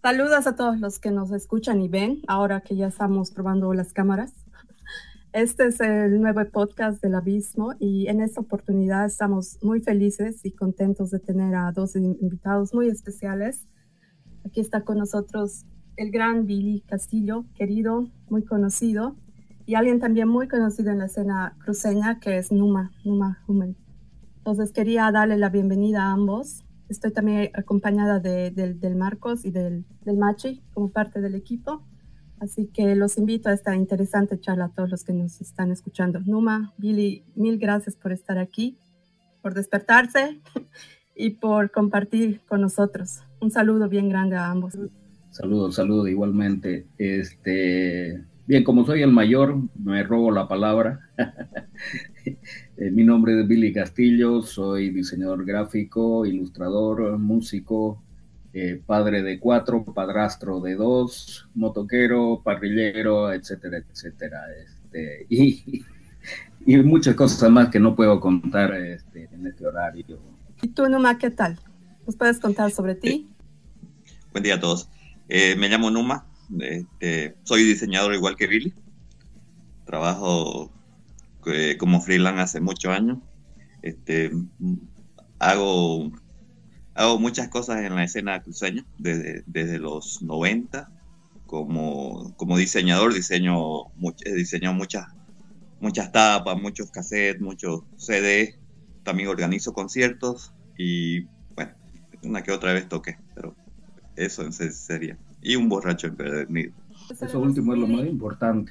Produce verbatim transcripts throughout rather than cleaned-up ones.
Saludos a todos los que nos escuchan y ven, ahora que ya estamos probando las cámaras. Este es el nuevo podcast del Abismo y en esta oportunidad estamos muy felices y contentos de tener a dos invitados muy especiales. Aquí está con nosotros el gran Billy Castillo, querido, muy conocido, y alguien también muy conocido en la escena cruceña, que es Numa, Numa Hummel. Entonces quería darle la bienvenida a ambos. Estoy también acompañada de, de, del Marcos y del, del Machi como parte del equipo. Así que los invito a esta interesante charla a todos los que nos están escuchando. Numa, Billy, mil gracias por estar aquí, por despertarse y por compartir con nosotros. Un saludo bien grande a ambos. Saludos, saludos igualmente. Este, bien, como soy el mayor, me robo la palabra. eh, mi nombre es Billy Castillo, soy diseñador gráfico, ilustrador, músico, eh, padre de cuatro, padrastro de dos, motoquero, parrillero, etcétera, etcétera. Este, y, y muchas cosas más que no puedo contar este, en este horario. ¿Y tú, Numa, qué tal? ¿Nos puedes contar sobre ti? Eh, buen día a todos. Eh, me llamo Numa, este, soy diseñador igual que Billy. Trabajo eh, como freelance hace muchos años. Este, hago, hago muchas cosas en la escena cruceña desde, desde los noventa. Como, como diseñador diseño, much, he diseñado muchas, muchas tapas, muchos cassettes, muchos C D. También organizo conciertos y bueno, una que otra vez toqué, pero eso en serio. Y un borracho empedernido. Eso último es lo más importante.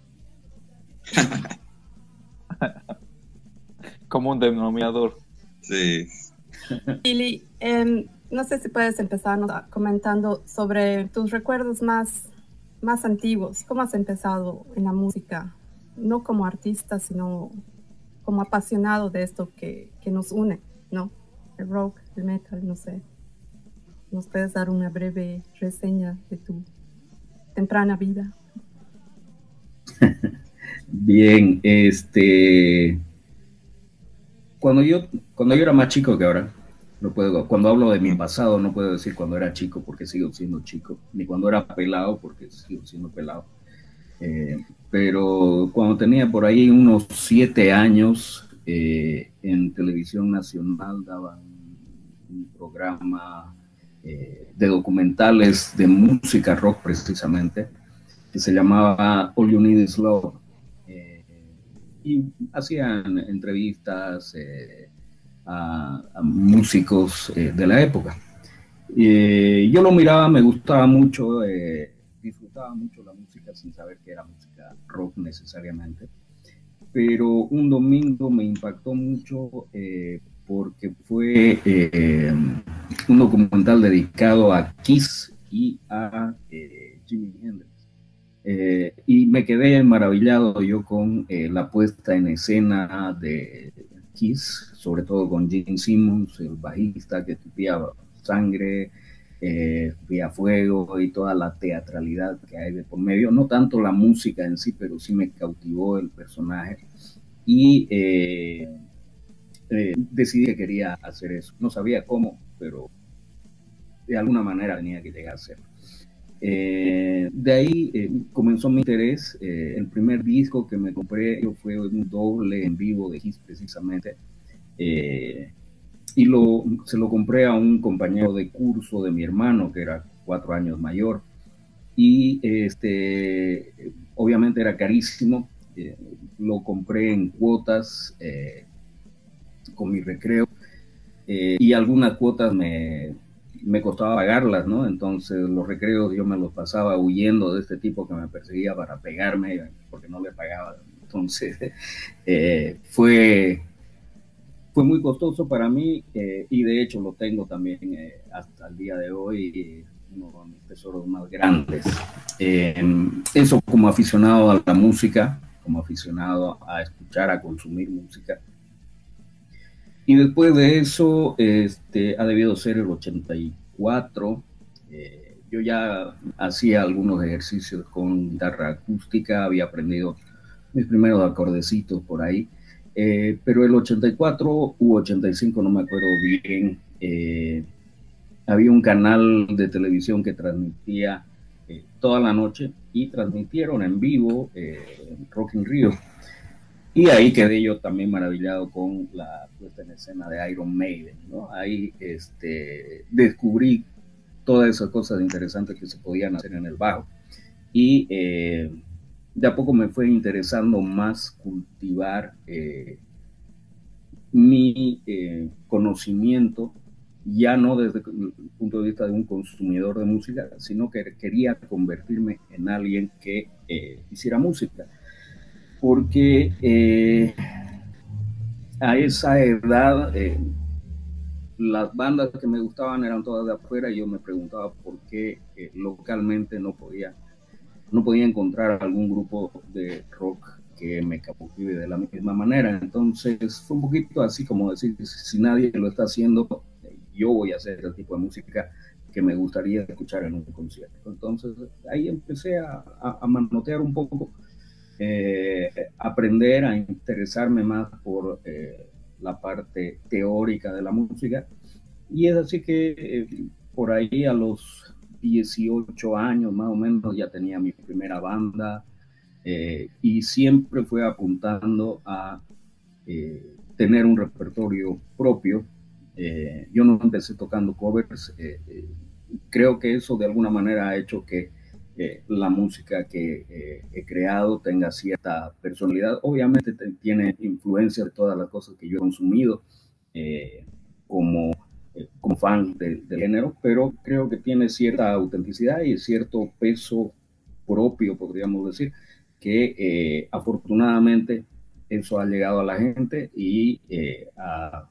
Como un denominador. Sí. Billy, eh, no sé si puedes empezar comentando sobre tus recuerdos más, más antiguos. ¿Cómo has empezado en la música? No como artista, sino como apasionado de esto que, que nos une, ¿no? El rock, el metal, no sé. ¿Nos puedes dar una breve reseña de tu temprana vida? Bien, este... Cuando yo, cuando yo era más chico que ahora, no puedo, cuando hablo de mi pasado no puedo decir cuando era chico porque sigo siendo chico, ni cuando era pelado porque sigo siendo pelado. Eh, pero cuando tenía por ahí unos siete años, eh, en Televisión Nacional daban un programa eh, de documentales de música rock precisamente, que se llamaba All You Need Is Love. Eh, y hacían entrevistas eh, a, a, músicos eh, de la época. Eh, yo lo miraba, me gustaba mucho, eh, disfrutaba mucho la música sin saber que era música rock necesariamente, pero un domingo me impactó mucho eh, porque fue eh, un documental dedicado a Kiss y a eh, Jimi Hendrix. Eh, y me quedé maravillado yo con eh, la puesta en escena de Kiss, sobre todo con Gene Simmons, el bajista que tupía sangre, eh, vía fuego y toda la teatralidad que hay de por medio. No tanto la música en sí, pero sí me cautivó el personaje. Y eh, eh, decidí que quería hacer eso. No sabía cómo, pero de alguna manera tenía que llegar a hacerlo. Eh, de ahí eh, comenzó mi interés. Eh, el primer disco que me compré fue un doble en vivo de Kiss precisamente, eh, y lo, se lo compré a un compañero de curso de mi hermano que era cuatro años mayor, y este, obviamente era carísimo. Eh, lo compré en cuotas eh, con mi recreo, eh, y algunas cuotas me me costaba pagarlas, ¿no? Entonces los recreos yo me los pasaba huyendo de este tipo que me perseguía para pegarme porque no le pagaba. Entonces eh, fue, fue muy costoso para mí, eh, y de hecho lo tengo también eh, hasta el día de hoy, eh, uno de mis tesoros más grandes. Eh, eso como aficionado a la música, como aficionado a escuchar, a consumir música. Y después de eso, este, ha debido ser el ochenta y cuatro. Eh, yo ya hacía algunos ejercicios con guitarra acústica, había aprendido mis primeros acordecitos por ahí. Eh, pero el ochenta y cuatro u ochenta y cinco, no me acuerdo bien, eh, había un canal de televisión que transmitía eh, toda la noche y transmitieron en vivo eh, Rock in Rio. Y ahí quedé yo también maravillado con la puesta en escena de Iron Maiden, ¿no? Ahí este, descubrí todas esas cosas interesantes que se podían hacer en el bajo. Y eh, de a poco me fue interesando más cultivar eh, mi eh, conocimiento, ya no desde el punto de vista de un consumidor de música, sino que quería convertirme en alguien que eh, hiciera música. Porque eh, a esa edad eh, las bandas que me gustaban eran todas de afuera y yo me preguntaba por qué eh, localmente no podía, no podía encontrar algún grupo de rock que me cautive de la misma manera. Entonces fue un poquito así como decir, si nadie lo está haciendo, yo voy a hacer el tipo de música que me gustaría escuchar en un concierto. Entonces ahí empecé a, a, a manotear un poco, eh, aprender a interesarme más por eh, la parte teórica de la música, y es así que eh, por ahí a los dieciocho años más o menos ya tenía mi primera banda, eh, y siempre fue apuntando a eh, tener un repertorio propio. Eh, yo no empecé tocando covers, eh, eh, creo que eso de alguna manera ha hecho que eh, la música que eh, he creado tenga cierta personalidad. Obviamente te, tiene influencia de todas las cosas que yo he consumido eh, como, eh, como fan de, del género, pero creo que tiene cierta autenticidad y cierto peso propio, podríamos decir, que eh, afortunadamente eso ha llegado a la gente y eh, ha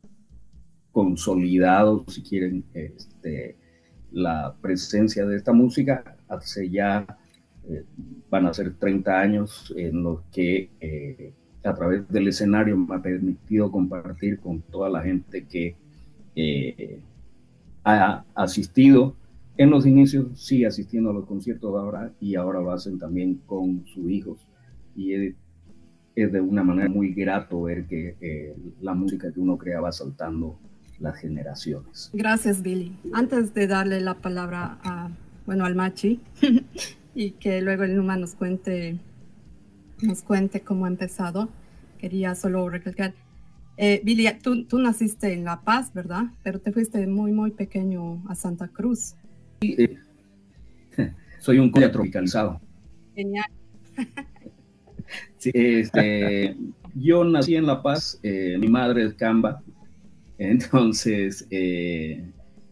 consolidado, si quieren, este, la presencia de esta música. Hace ya, eh, van a ser treinta años en los que eh, a través del escenario me ha permitido compartir con toda la gente que eh, ha asistido en los inicios, sigue asistiendo a los conciertos ahora, y ahora lo hacen también con sus hijos. Y es, es de una manera muy grato ver que eh, la música que uno crea va saltando las generaciones. Gracias, Billy. Antes de darle la palabra a, bueno, al Machi y que luego el Numa nos cuente, nos cuente cómo ha empezado, quería solo recalcar, eh, Billy, tú, tú naciste en La Paz, ¿verdad? Pero te fuiste muy, muy pequeño a Santa Cruz. Sí, eh, soy un colla tropicalizado. Genial. Sí, este, yo nací en La Paz, eh, mi madre es camba. Entonces, eh,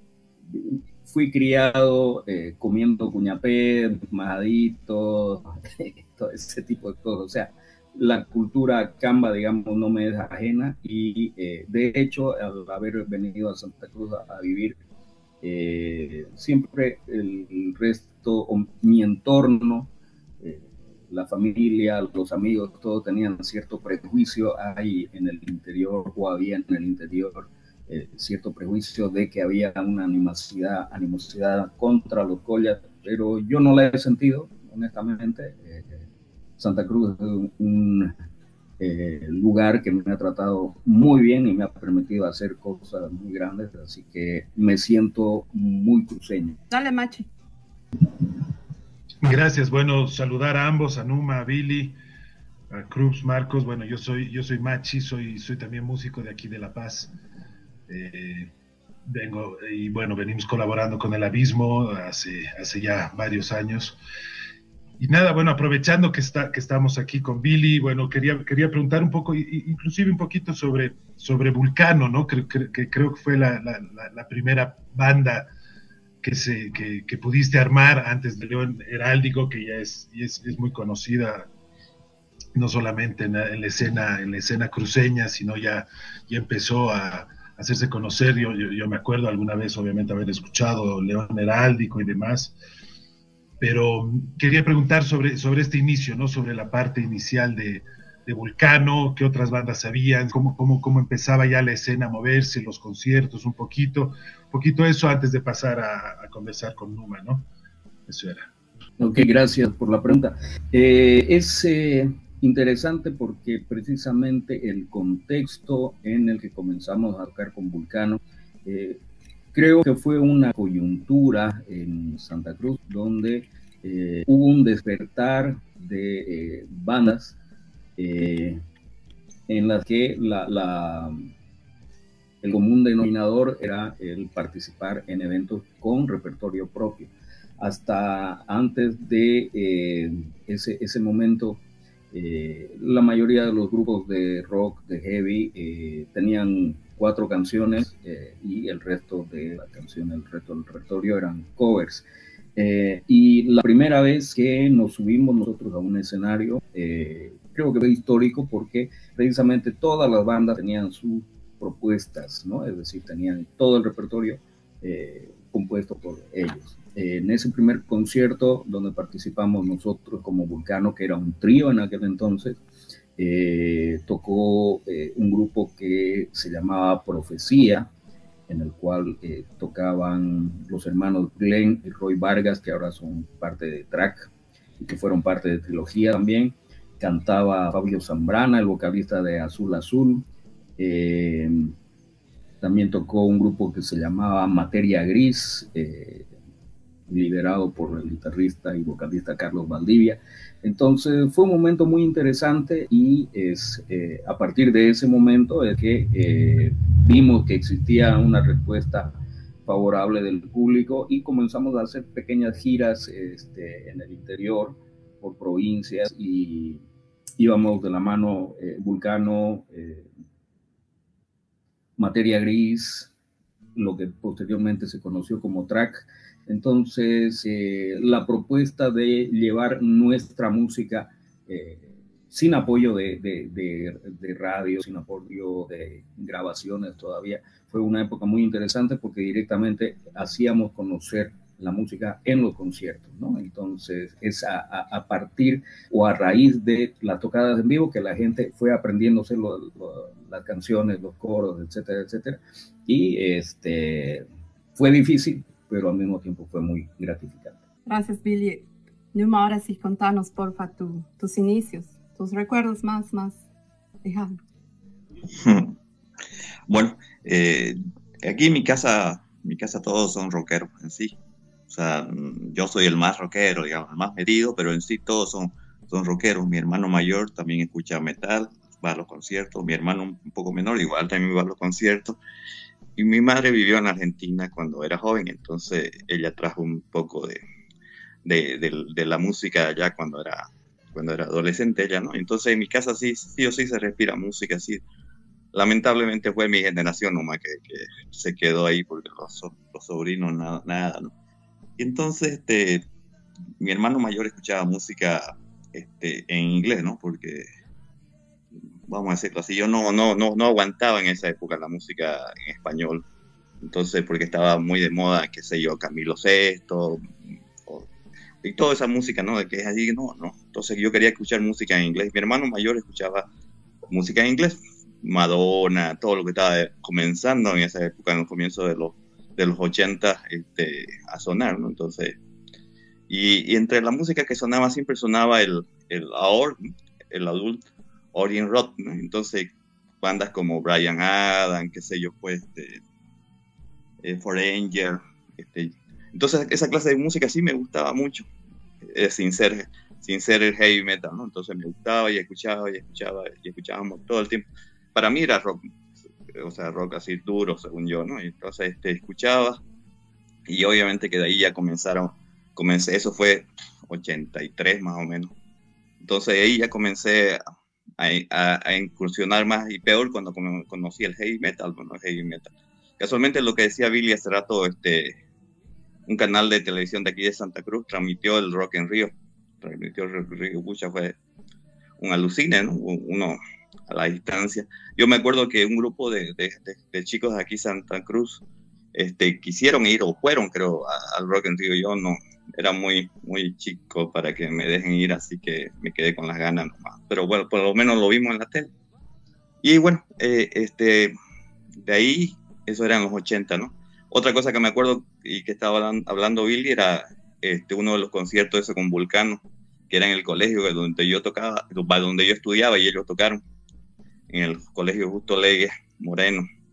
fui criado eh, comiendo cuñapé, majadito, todo ese tipo de cosas. O sea, la cultura camba, digamos, no me es ajena, y eh, de hecho, al haber venido a Santa Cruz a, a vivir, eh, siempre el, el resto, o mi entorno, eh, la familia, los amigos, todos tenían cierto prejuicio ahí en el interior, o había en el interior eh, cierto prejuicio de que había una animosidad, animosidad contra los collas, pero yo no la he sentido, honestamente. Eh, Santa Cruz es un, un eh, lugar que me ha tratado muy bien y me ha permitido hacer cosas muy grandes, así que me siento muy cruceño. Dale, Machi. Gracias. Bueno, saludar a ambos, a Numa, a Billy, a Cruz, Marcos. Bueno, yo soy, yo soy Machi, soy, soy también músico de aquí de La Paz. Eh, vengo y bueno, venimos colaborando con El Abismo hace, hace ya varios años. Y nada, bueno, aprovechando que, está, que estamos aquí con Billy, bueno, quería, quería preguntar un poco, inclusive un poquito sobre, sobre Vulcano, ¿no? Que, que, que creo que fue la, la, la primera banda que, se, que, que pudiste armar antes de León Heráldico, que ya es, es, es muy conocida, no solamente en la, en la escena, en la escena cruceña, sino ya, ya empezó a hacerse conocer. Yo, yo, yo me acuerdo alguna vez, obviamente, haber escuchado León Heráldico y demás, pero quería preguntar sobre, sobre este inicio, ¿no? Sobre la parte inicial de, de Vulcano, qué otras bandas habían, cómo, cómo, cómo empezaba ya la escena a moverse, los conciertos, un poquito, un poquito eso antes de pasar a, a conversar con Numa, ¿no? Eso era. Ok, gracias por la pregunta. Eh, es eh, interesante porque precisamente el contexto en el que comenzamos a tocar con Vulcano, eh, creo que fue una coyuntura en Santa Cruz donde eh, hubo un despertar de eh, bandas eh, en las que la, la, el común denominador era el participar en eventos con repertorio propio. Hasta antes de eh, ese, ese momento, eh, la mayoría de los grupos de rock, de heavy, eh, tenían cuatro canciones eh, y el resto de la canción, el resto del repertorio eran covers. Eh, y la primera vez que nos subimos nosotros a un escenario, eh, creo que fue histórico porque precisamente todas las bandas tenían sus propuestas, ¿no? Es decir, tenían todo el repertorio eh, compuesto por ellos. Eh, en ese primer concierto donde participamos nosotros como Vulcano, que era un trío en aquel entonces, eh, tocó eh, un grupo que se llamaba Profecía, en el cual eh, tocaban los hermanos Glenn y Roy Vargas, que ahora son parte de Track y que fueron parte de Trilogía también. Cantaba Fabio Zambrana, el vocalista de Azul Azul. Eh, también tocó un grupo que se llamaba Materia Gris, eh, liderado por el guitarrista y vocalista Carlos Valdivia. Entonces fue un momento muy interesante y es eh, a partir de ese momento es que eh, vimos que existía una respuesta favorable del público y comenzamos a hacer pequeñas giras este, en el interior por provincias y íbamos de la mano eh, Vulcano, eh, Materia Gris, lo que posteriormente se conoció como Track. Entonces, eh, la propuesta de llevar nuestra música eh, sin apoyo de, de, de, de radio, sin apoyo de grabaciones todavía, fue una época muy interesante porque directamente hacíamos conocer la música en los conciertos, ¿no? Entonces, es a, a, a partir o a raíz de las tocadas en vivo que la gente fue aprendiéndose lo, lo, las canciones, los coros, etcétera, etcétera. Y este, fue difícil, pero al mismo tiempo fue muy gratificante. Gracias, Billy. Numa, ahora sí, contanos, porfa, tu, tus inicios, tus recuerdos más, más lejanos. Bueno, eh, aquí en mi casa, mi casa todos son rockeros en sí. O sea, yo soy el más rockero, digamos, el más metido, pero en sí todos son, son rockeros. Mi hermano mayor también escucha metal, va a los conciertos. Mi hermano un poco menor igual también va a los conciertos. Y mi madre vivió en Argentina cuando era joven, entonces ella trajo un poco de, de, de, de la música allá cuando era, cuando era adolescente ella, ¿no? Entonces en mi casa sí, sí o sí se respira música, sí. Lamentablemente fue mi generación nomás que, que se quedó ahí porque los, los sobrinos nada, nada, ¿no? Y entonces este, mi hermano mayor escuchaba música este, en inglés, ¿no? Porque, vamos a decirlo así, yo no, no, no, no aguantaba en esa época la música en español. Entonces, porque estaba muy de moda, qué sé yo, Camilo Sesto, o, y toda esa música, ¿no? De que es así, no, no. Entonces yo quería escuchar música en inglés. Mi hermano mayor escuchaba música en inglés, Madonna, todo lo que estaba comenzando en esa época, en los comienzos de los de los ochenta este, a sonar, ¿no? Entonces, y, y entre la música que sonaba siempre sonaba el, el A O R, el adult Orient Rock, ¿no? Entonces, bandas como Bryan Adams, qué sé yo, pues, este, eh, Foreigner, este, entonces esa clase de música sí me gustaba mucho, eh, sin ser, sin ser el heavy metal, ¿no? Entonces me gustaba y escuchaba y escuchaba y escuchábamos todo el tiempo. Para mí era rock, o sea, rock así duro, según yo, ¿no? Entonces, este, escuchaba y obviamente que de ahí ya comenzaron, comencé, eso fue ochenta y tres más o menos. Entonces ahí ya comencé a, a, a incursionar más y peor cuando conocí el heavy metal, bueno, el heavy metal. Casualmente lo que decía Billy hace rato, este, un canal de televisión de aquí de Santa Cruz transmitió el Rock en Río, transmitió el Rock en Río, pucha, fue un alucine, ¿no? Uno a la distancia. Yo me acuerdo que un grupo de, de, de, de chicos de aquí Santa Cruz este, quisieron ir o fueron, creo, a, al Rock en Río. Yo no, era muy, muy chico para que me dejen ir, así que me quedé con las ganas nomás. Pero bueno, por lo menos lo vimos en la tele. Y bueno, eh, este, de ahí, eso era en los ochenta, ¿no? Otra cosa que me acuerdo y que estaba hablando, hablando Billy era este, uno de los conciertos ese con Vulcano, que era en el colegio donde yo tocaba, donde yo estudiaba y ellos tocaron, en el colegio Justo Legue Moreno.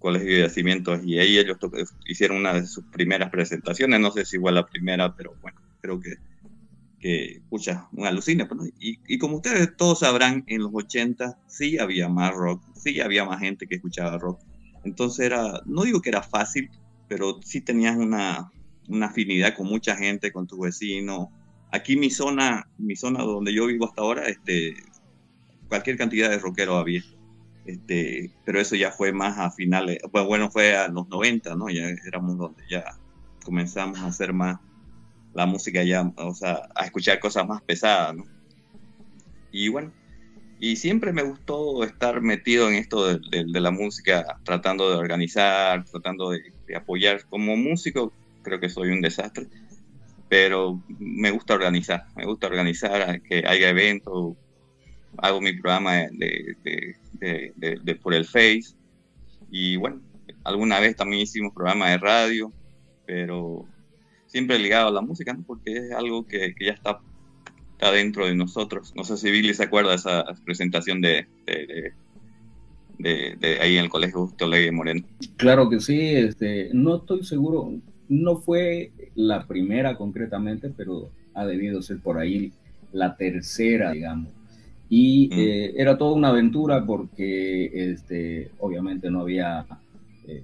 Colegio de Cimientos, y ahí ellos hicieron una de sus primeras presentaciones, no sé si fue la primera, pero bueno, creo que, que pucha, un alucine, ¿no? y, y como ustedes todos sabrán, en los ochenta sí había más rock, sí había más gente que escuchaba rock, entonces era, no digo que era fácil, pero sí tenías una, una afinidad con mucha gente, con tus vecinos. Aquí mi zona, mi zona donde yo vivo hasta ahora, este, cualquier cantidad de rockeros había. Este, pero eso ya fue más a finales, pues bueno, fue a los noventa, ¿no? Ya éramos donde ya comenzamos a hacer más la música ya, o sea, a escuchar cosas más pesadas, ¿no? Y bueno, y siempre me gustó estar metido en esto de, de, de la música, tratando de organizar, tratando de, de apoyar. Como músico creo que soy un desastre, pero me gusta organizar, me gusta organizar, que haya eventos. Hago mi programa de, de, de, de, de por el Face, y bueno, alguna vez también hicimos programa de radio, pero siempre ligado a la música, ¿no? Porque es algo que, que ya está, está dentro de nosotros. No sé si Billy se acuerda de esa presentación de, de, de, de, de ahí en el Colegio Justo Ley Moreno. Claro que sí, este, no estoy seguro, no fue la primera concretamente, pero ha debido ser por ahí la tercera, digamos. Y eh, era toda una aventura porque este, obviamente no había, eh,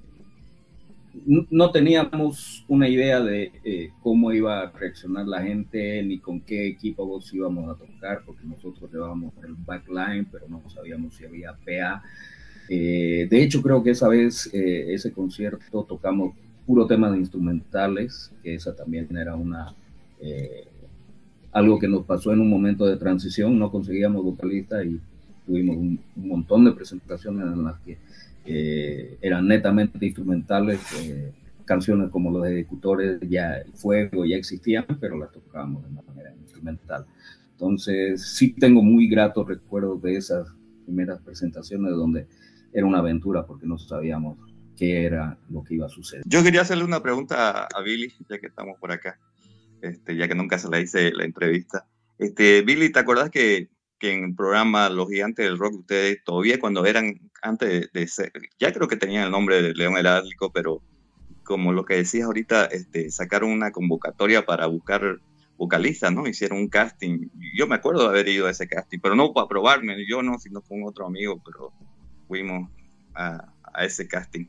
no teníamos una idea de eh, cómo iba a reaccionar la gente, ni con qué equipo íbamos a tocar, porque nosotros llevábamos el backline, pero no sabíamos si había P A. Eh, de hecho, creo que esa vez, eh, ese concierto, tocamos puro temas de instrumentales, que esa también era una... Eh, algo que nos pasó en un momento de transición, no conseguíamos vocalista y tuvimos un, un montón de presentaciones en las que eh, eran netamente instrumentales, eh, canciones como Los Ejecutores, ya el Fuego ya existían, pero las tocábamos de manera instrumental. Entonces sí tengo muy gratos recuerdos de esas primeras presentaciones donde era una aventura porque no sabíamos qué era lo que iba a suceder. Yo quería hacerle una pregunta a Billy, ya que estamos por acá. Este, ya que nunca se la hice la entrevista. Este, Billy, ¿te acuerdas que, que en el programa Los Gigantes del Rock, ustedes todavía cuando eran, antes de, de ser, ya creo que tenían el nombre de León Heráclico, pero como lo que decías ahorita, este, sacaron una convocatoria para buscar vocalistas, ¿no? Hicieron un casting. Yo me acuerdo de haber ido a ese casting, pero no para probarme, yo no, sino con otro amigo, pero fuimos a, a ese casting.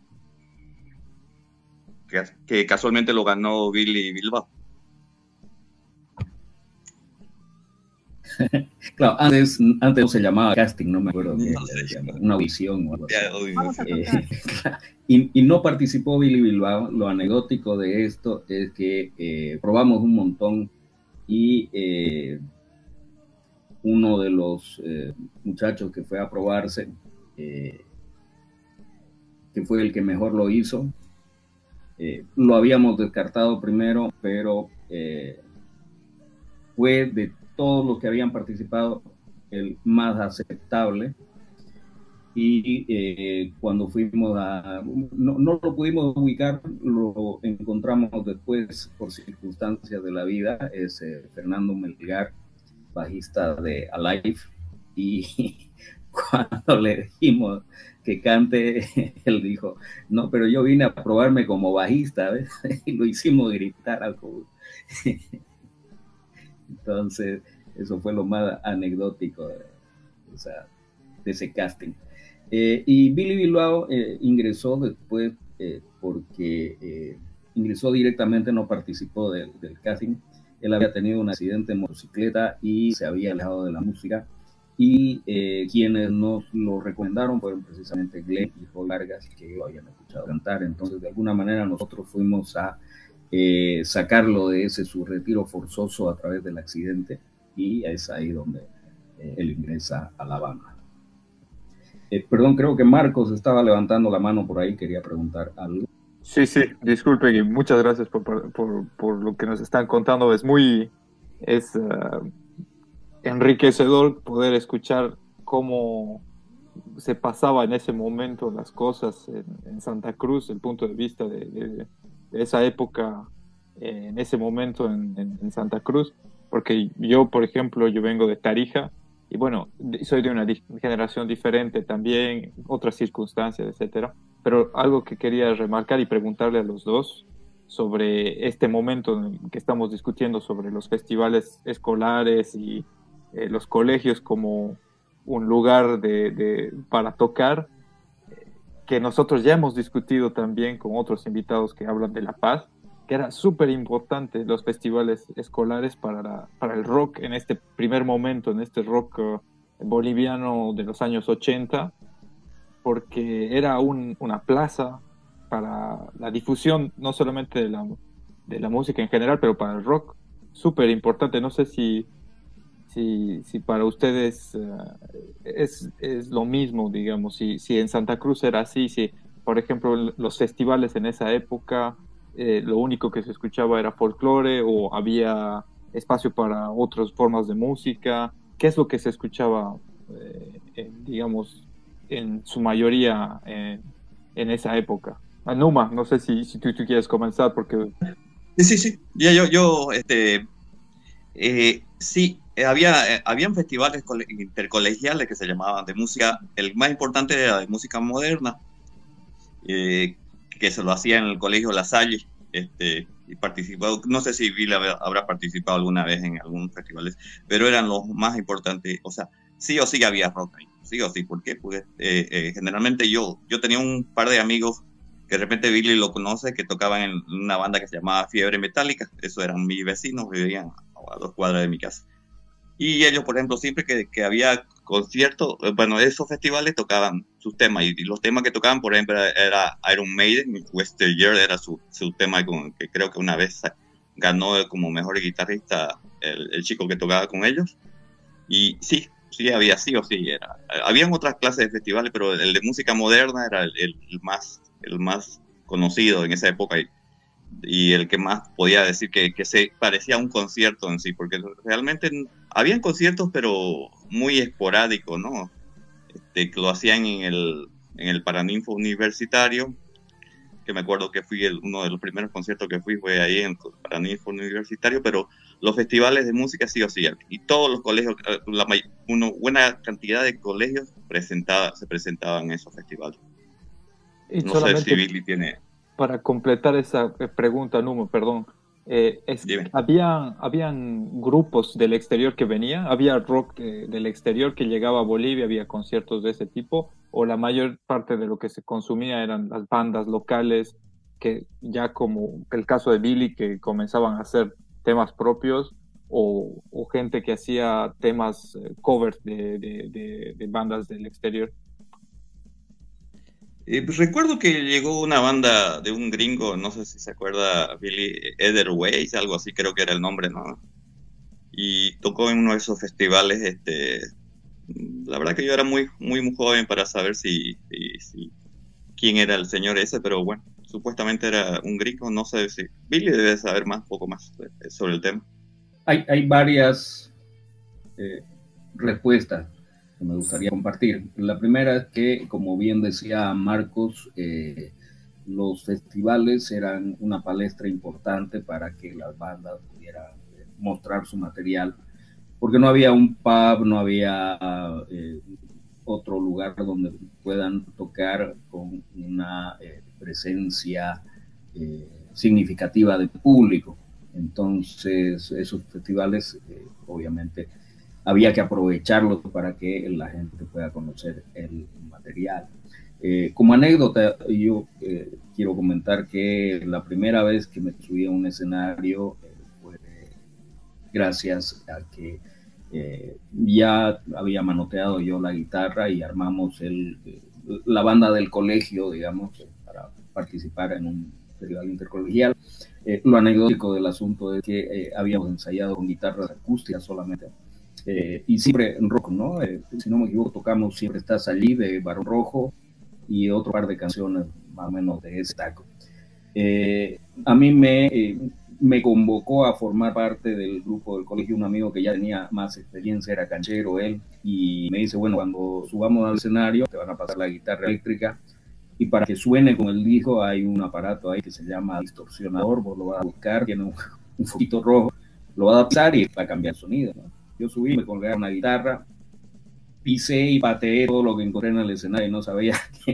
Que, que casualmente lo ganó Billy Bilbao. Claro, antes, antes no se llamaba casting, no me acuerdo qué, no sé, se llama, una audición o algo así. Eh, y, y no participó Billy Bilbao. Lo anecdótico de esto es que eh, probamos un montón y eh, uno de los eh, muchachos que fue a probarse, eh, que fue el que mejor lo hizo, eh, lo habíamos descartado primero, pero eh, fue de todos los que habían participado el más aceptable, y eh, cuando fuimos a, no, no lo pudimos ubicar, lo encontramos después por circunstancias de la vida, es eh, Fernando Melgar, bajista de Alive, y cuando le dijimos que cante, él dijo, no, pero yo vine a probarme como bajista, ¿ves? Y lo hicimos gritar al público. Entonces, eso fue lo más anecdótico de, o sea, de ese casting. Eh, y Billy Bilbao eh, ingresó después eh, porque eh, ingresó directamente, no participó de, del casting. Él había tenido un accidente en motocicleta y se había alejado de la música. Y eh, quienes nos lo recomendaron fueron precisamente Glenn y Roy Vargas, que lo habían escuchado cantar. Entonces, de alguna manera, nosotros fuimos a eh, sacarlo de ese su retiro forzoso a través del accidente, y es ahí donde eh, él ingresa a la banda. Eh, perdón, creo que Marcos estaba levantando la mano por ahí, quería preguntar algo. Sí, sí, disculpe, y muchas gracias por, por, por lo que nos están contando. Es muy es, uh, enriquecedor poder escuchar cómo se pasaba en ese momento las cosas en, en Santa Cruz, el punto de vista de, de, de esa época, eh, en ese momento en, en, en Santa Cruz, porque yo, por ejemplo, yo vengo de Tarija, y bueno, soy de una generación diferente también, otras circunstancias, etcétera, pero algo que quería remarcar y preguntarle a los dos sobre este momento en el que estamos discutiendo sobre los festivales escolares y eh, los colegios como un lugar de, de, para tocar, que nosotros ya hemos discutido también con otros invitados que hablan de La Paz, que era súper importante los festivales escolares para, la, para el rock en este primer momento, en este rock uh, boliviano de los años ochenta, porque era un, una plaza para la difusión no solamente de la, de la música en general, pero para el rock, súper importante. No sé si, si, si para ustedes uh, es, es lo mismo, digamos, si, si en Santa Cruz era así, si por ejemplo los festivales en esa época eh, lo único que se escuchaba era folclore o había espacio para otras formas de música. ¿Qué es lo que se escuchaba, eh, en, digamos, en su mayoría en, en esa época? Anuma, no sé si, si tú, tú quieres comenzar porque... Sí, sí, sí. Ya, yo, yo, este, eh, sí, eh, había, eh, habían festivales intercolegiales que se llamaban de música, el más importante era de música moderna, eh, que se lo hacía en el colegio La Salle, este, y participado, no sé si Vila habrá participado alguna vez en algunos festivales, pero eran los más importantes, o sea, sí o sí había rock ahí, sí o sí, ¿por qué? Porque eh, eh, generalmente yo, yo tenía un par de amigos que de repente Billy lo conoce, que tocaban en una banda que se llamaba Fiebre Metálica, esos eran mis vecinos, vivían a dos cuadras de mi casa. Y ellos, por ejemplo, siempre que, que había conciertos, bueno, esos festivales tocaban sus temas, y, y los temas que tocaban, por ejemplo, era Iron Maiden, Yesteryear era su, su tema con, que creo que una vez ganó como mejor guitarrista el, el chico que tocaba con ellos. Y sí, sí había, sí o sí, era. Habían otras clases de festivales, pero el de música moderna era el, el, el, más, el más conocido en esa época, y, y el que más podía decir que, que se parecía a un concierto en sí, porque realmente habían conciertos, pero muy esporádicos, ¿no? Este, que lo hacían en el, en el Paraninfo Universitario, que me acuerdo que fui el, uno de los primeros conciertos que fui fue ahí en el Paraninfo Universitario, pero los festivales de música sí o sí, y todos los colegios, la, una buena cantidad de colegios presentaba, se presentaban en esos festivales. Y no sé si Billy tiene... Para completar esa pregunta, Numo, perdón, eh, es, ¿habían, ¿habían grupos del exterior que venían? ¿Había rock de, del exterior que llegaba a Bolivia? ¿Había conciertos de ese tipo? ¿O la mayor parte de lo que se consumía eran las bandas locales que ya como el caso de Billy, que comenzaban a hacer temas propios, o, o gente que hacía temas eh, covers de, de, de, de bandas del exterior? Eh, pues recuerdo que llegó una banda de un gringo, no sé si se acuerda, Billy, Etherways, algo así creo que era el nombre, ¿no? Y tocó en uno de esos festivales. Este, la verdad que yo era muy, muy, muy joven para saber si, si, si quién era el señor ese, pero bueno, supuestamente era un gringo, no sé si... Billy debe saber más, un poco más sobre el tema. Hay, hay varias eh, respuestas que me gustaría compartir. La primera es que, como bien decía Marcos, eh, los festivales eran una palestra importante para que las bandas pudieran eh, mostrar su material, porque no había un pub, no había eh, otro lugar donde puedan tocar con una eh, presencia eh, significativa de público. Entonces, esos festivales, eh, obviamente, había que aprovecharlos para que la gente pueda conocer el material. Eh, como anécdota, yo eh, quiero comentar que la primera vez que me subí a un escenario eh, fue gracias a que eh, ya había manoteado yo la guitarra y armamos el, la banda del colegio, digamos, para participar en un festival intercolegial. Eh, lo anecdótico del asunto es que eh, habíamos ensayado con guitarras acústicas solamente. Eh, y siempre en rock, ¿no? Eh, si no me equivoco, tocamos Siempre Estás Allí de Barón Rojo y otro par de canciones más o menos de ese taco. Eh, a mí me, eh, me convocó a formar parte del grupo del colegio un amigo que ya tenía más experiencia, era canchero él, y me dice, bueno, cuando subamos al escenario te van a pasar la guitarra eléctrica y para que suene con el disco hay un aparato ahí que se llama distorsionador, vos lo vas a buscar, tiene un, un foquito rojo, lo vas a pisar y va a cambiar el sonido, ¿no? Yo subí, me colgué una guitarra, pisé y pateé todo lo que encontré en el escenario y no sabía qué,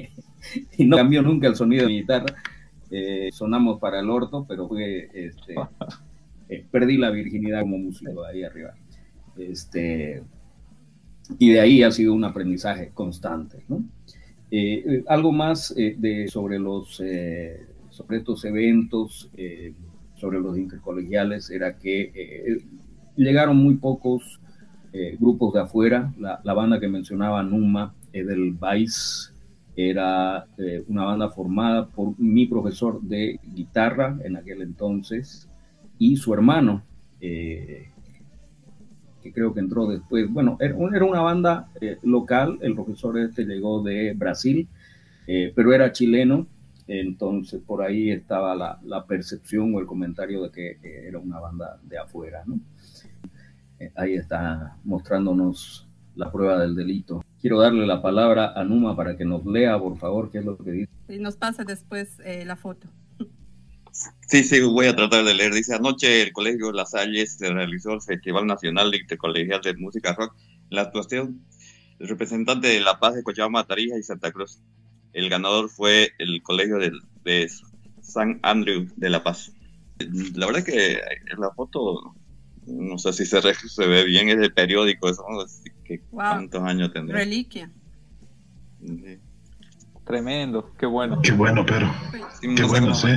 y no cambió nunca el sonido de mi guitarra. Eh, sonamos para el orto, pero fue, este, eh, perdí la virginidad como músico ahí arriba. Este, y de ahí ha sido un aprendizaje constante, ¿no? Eh, eh, algo más eh, de, sobre, los, eh, sobre estos eventos, eh, sobre los intercolegiales, era que eh, llegaron muy pocos eh, grupos de afuera. La, la banda que mencionaba Numa, Edelweiss, era eh, una banda formada por mi profesor de guitarra en aquel entonces y su hermano, eh, que creo que entró después. Bueno, era, era una banda eh, local. El profesor este llegó de Brasil, eh, pero era chileno, entonces por ahí estaba la, la percepción o el comentario de que eh, era una banda de afuera, ¿no? Eh, ahí está mostrándonos la prueba del delito. Quiero darle la palabra a Numa para que nos lea, por favor, qué es lo que dice. Y nos pase después eh, la foto. Sí, sí, voy a tratar de leer. Dice, anoche el Colegio La Salle se realizó el Festival Nacional Intercolegial de Música Rock. La actuación del representante de La Paz de Cochabamba, Tarija y Santa Cruz. El ganador fue el Colegio de, de San Andrew de La Paz. La verdad es que en la foto, no sé si se, se ve bien, es del periódico, eso, ¿no? Que Wow. ¿Cuántos años tendrá? Reliquia. Sí. Tremendo, qué bueno. Qué bueno, pero. Sí, Qué no bueno, sé, sí.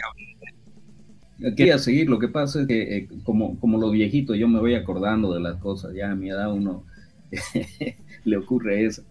Quería seguir, lo que pasa es que eh, como, como los viejitos, yo me voy acordando de las cosas, ya a mi edad uno le ocurre eso.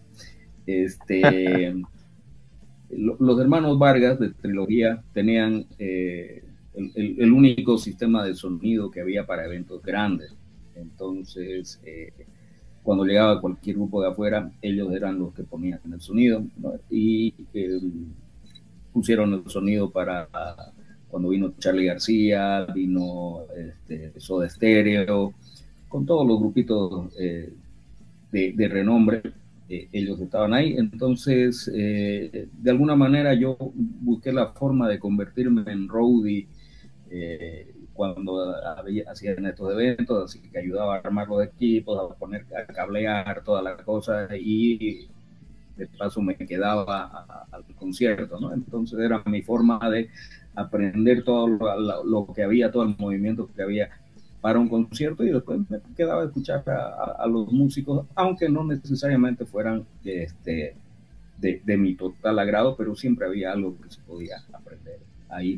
Este, lo, los hermanos Vargas de Trilogía tenían eh, el, el, el único sistema de sonido que había para eventos grandes. Entonces, eh, cuando llegaba cualquier grupo de afuera, ellos eran los que ponían el sonido, ¿no? Y eh, pusieron el sonido para cuando vino Charly García, vino este, Soda Stereo, con todos los grupitos eh, de, de renombre, eh, ellos estaban ahí. Entonces, eh, de alguna manera yo busqué la forma de convertirme en roadie eh, cuando había, hacían estos eventos, así que ayudaba a armar los equipos, a poner, a cablear toda la cosa, y de paso me quedaba al concierto, ¿no? Entonces era mi forma de aprender todo lo, lo que había, todo el movimiento que había para un concierto, y después me quedaba a escuchar a, a, a los músicos, aunque no necesariamente fueran este, de, de mi total agrado, pero siempre había algo que se podía aprender ahí.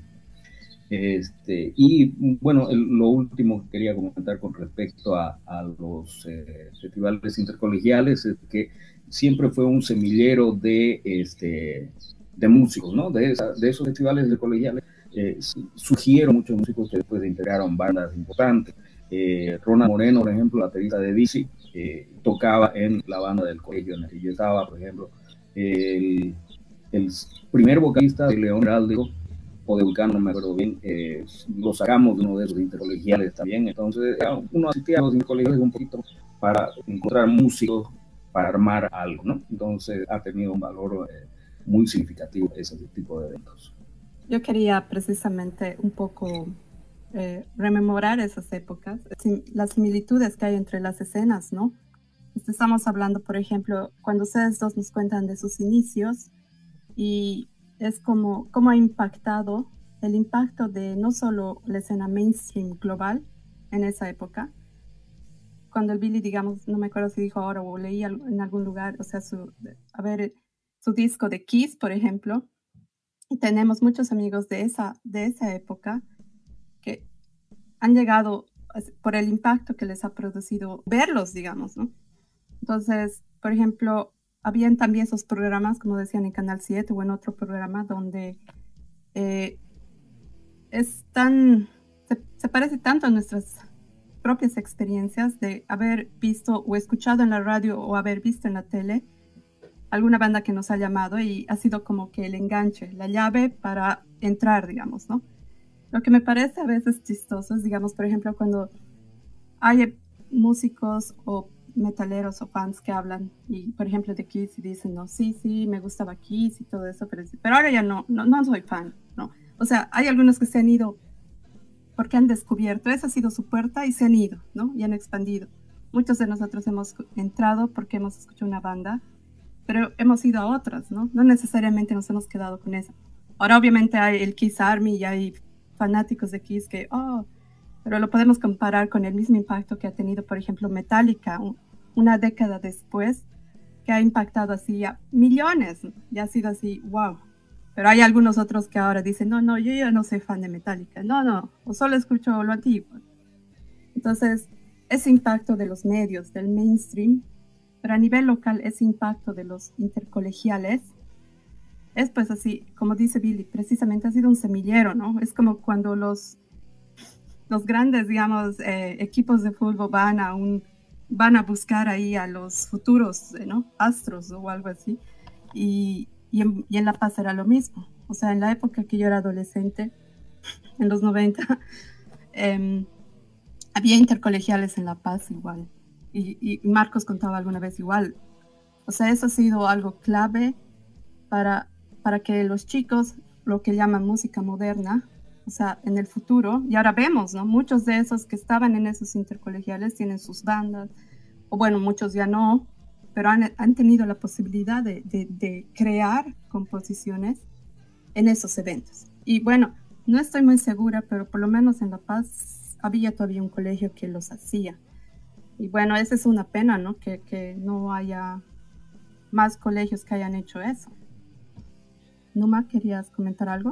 Este, y bueno, el, lo último que quería comentar con respecto a, a los eh, festivales intercolegiales es que siempre fue un semillero de, este, de músicos, ¿no? De, esa, de esos festivales intercolegiales eh, surgieron muchos músicos que después integraron bandas importantes. Eh, Ronald Moreno, por ejemplo, la baterista de Dizzy, eh, tocaba en la banda del colegio en el que yo estaba, por ejemplo. El, el primer vocalista de León Heráldico o de Vulcano, no me acuerdo bien, eh, lo sacamos de uno de esos intercolegiales también. Entonces uno asistía a los intercolegiales un poquito para encontrar músicos para armar algo, ¿no? Entonces ha tenido un valor eh, muy significativo ese tipo de eventos. Yo quería precisamente un poco eh, rememorar esas épocas, las similitudes que hay entre las escenas, ¿no? Estamos hablando, por ejemplo, cuando ustedes dos nos cuentan de sus inicios, y es como cómo ha impactado el impacto de no solo la escena mainstream global en esa época. Cuando el Billy, digamos, no me acuerdo si dijo ahora o leí en algún lugar, o sea, su, a ver, su disco de Kiss, por ejemplo, y tenemos muchos amigos de esa, de esa época que han llegado por el impacto que les ha producido verlos, digamos, ¿no? Entonces, por ejemplo, habían también esos programas, como decían en Canal siete o en otro programa, donde eh, es tan, se, se parece tanto a nuestras propias experiencias de haber visto o escuchado en la radio o haber visto en la tele alguna banda que nos ha llamado, y ha sido como que el enganche, la llave para entrar, digamos, ¿no? Lo que me parece a veces chistoso es, digamos, por ejemplo, cuando hay músicos o metaleros o fans que hablan, y por ejemplo de Kiss, y dicen, no, sí, sí, me gustaba Kiss y todo eso, pero, pero ahora ya no, no, no soy fan, ¿no? O sea, hay algunos que se han ido porque han descubierto, esa ha sido su puerta, y se han ido, ¿no? Y han expandido. Muchos de nosotros hemos entrado porque hemos escuchado una banda pero hemos ido a otras, ¿no? No necesariamente nos hemos quedado con esa. Ahora obviamente hay el Kiss Army y hay fanáticos de Kiss que, oh, pero lo podemos comparar con el mismo impacto que ha tenido, por ejemplo, Metallica, un, una década después, que ha impactado así a millones, y ha sido así, wow. Pero hay algunos otros que ahora dicen, no, no, yo ya no soy fan de Metallica, no, no, o solo escucho lo antiguo. Entonces, ese impacto de los medios, del mainstream, pero a nivel local, ese impacto de los intercolegiales, es pues así, como dice Billy, precisamente ha sido un semillero, ¿no? Es como cuando los, los grandes, digamos, eh, equipos de fútbol van a un, van a buscar ahí a los futuros, ¿no? Astros o algo así, y, y, en, y en La Paz era lo mismo. O sea, en la época que yo era adolescente, en los noventa, eh, había intercolegiales en La Paz igual, y, y Marcos contaba alguna vez igual. O sea, eso ha sido algo clave para, para que los chicos, lo que llaman música moderna, o sea, en el futuro, y ahora vemos, ¿no? Muchos de esos que estaban en esos intercolegiales tienen sus bandas, o bueno, muchos ya no, pero han, han tenido la posibilidad de, de, de crear composiciones en esos eventos. Y bueno, no estoy muy segura, pero por lo menos en La Paz había todavía un colegio que los hacía. Y bueno, esa es una pena, ¿no? Que, que no haya más colegios que hayan hecho eso. Numa, ¿querías comentar algo?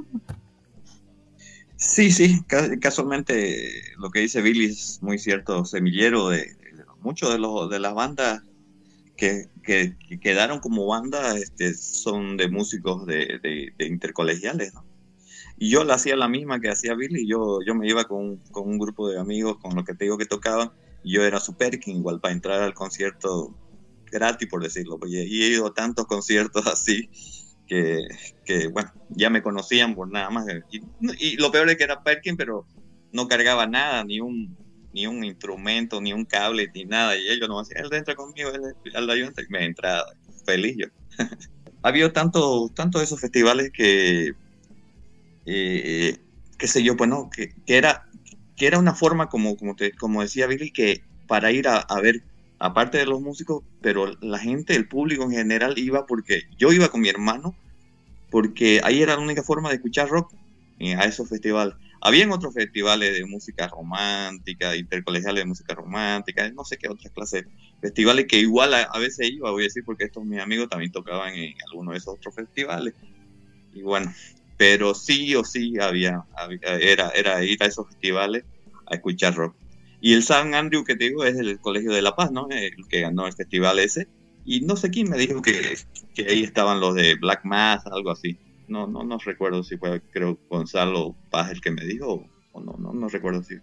Sí, sí, casualmente lo que dice Billy es muy cierto, semillero de, de muchos de los de las bandas que, que, que quedaron como banda este, son de músicos de, de, de intercolegiales, ¿no? Y yo la hacía la misma que hacía Billy, yo, yo me iba con, con un grupo de amigos con los que te digo que tocaban, y yo era su Perkin igual para entrar al concierto gratis, por decirlo, y he ido a tantos conciertos así, Que, que, bueno, ya me conocían por nada más. Y, y lo peor es que era Perkin, pero no cargaba nada, ni un, ni un instrumento, ni un cable, ni nada. Y ellos no hacían, él entra conmigo, él al ayuntamiento, y me entra feliz yo. Ha habido tantos tanto de esos festivales que, eh, qué sé yo, pues no, que, que, era, que era una forma, como, como, te, como decía Billy, que para ir a, a ver, aparte de los músicos, pero la gente, el público en general iba porque yo iba con mi hermano, porque ahí era la única forma de escuchar rock eh, a esos festivales. Habían otros festivales de música romántica, intercolegiales de música romántica, no sé qué otras clases de festivales que igual a, a veces iba, voy a decir, porque estos mis amigos también tocaban en alguno de esos otros festivales. Y bueno, pero sí o sí había, había era, era ir a esos festivales a escuchar rock. Y el San Andrew, que te digo, es el Colegio de La Paz, ¿no? El que ganó el festival ese. Y no sé quién me dijo que, que ahí estaban los de Black Mass, algo así. No, no, no recuerdo si fue, creo, Gonzalo Paz el que me dijo, o no, no, no recuerdo si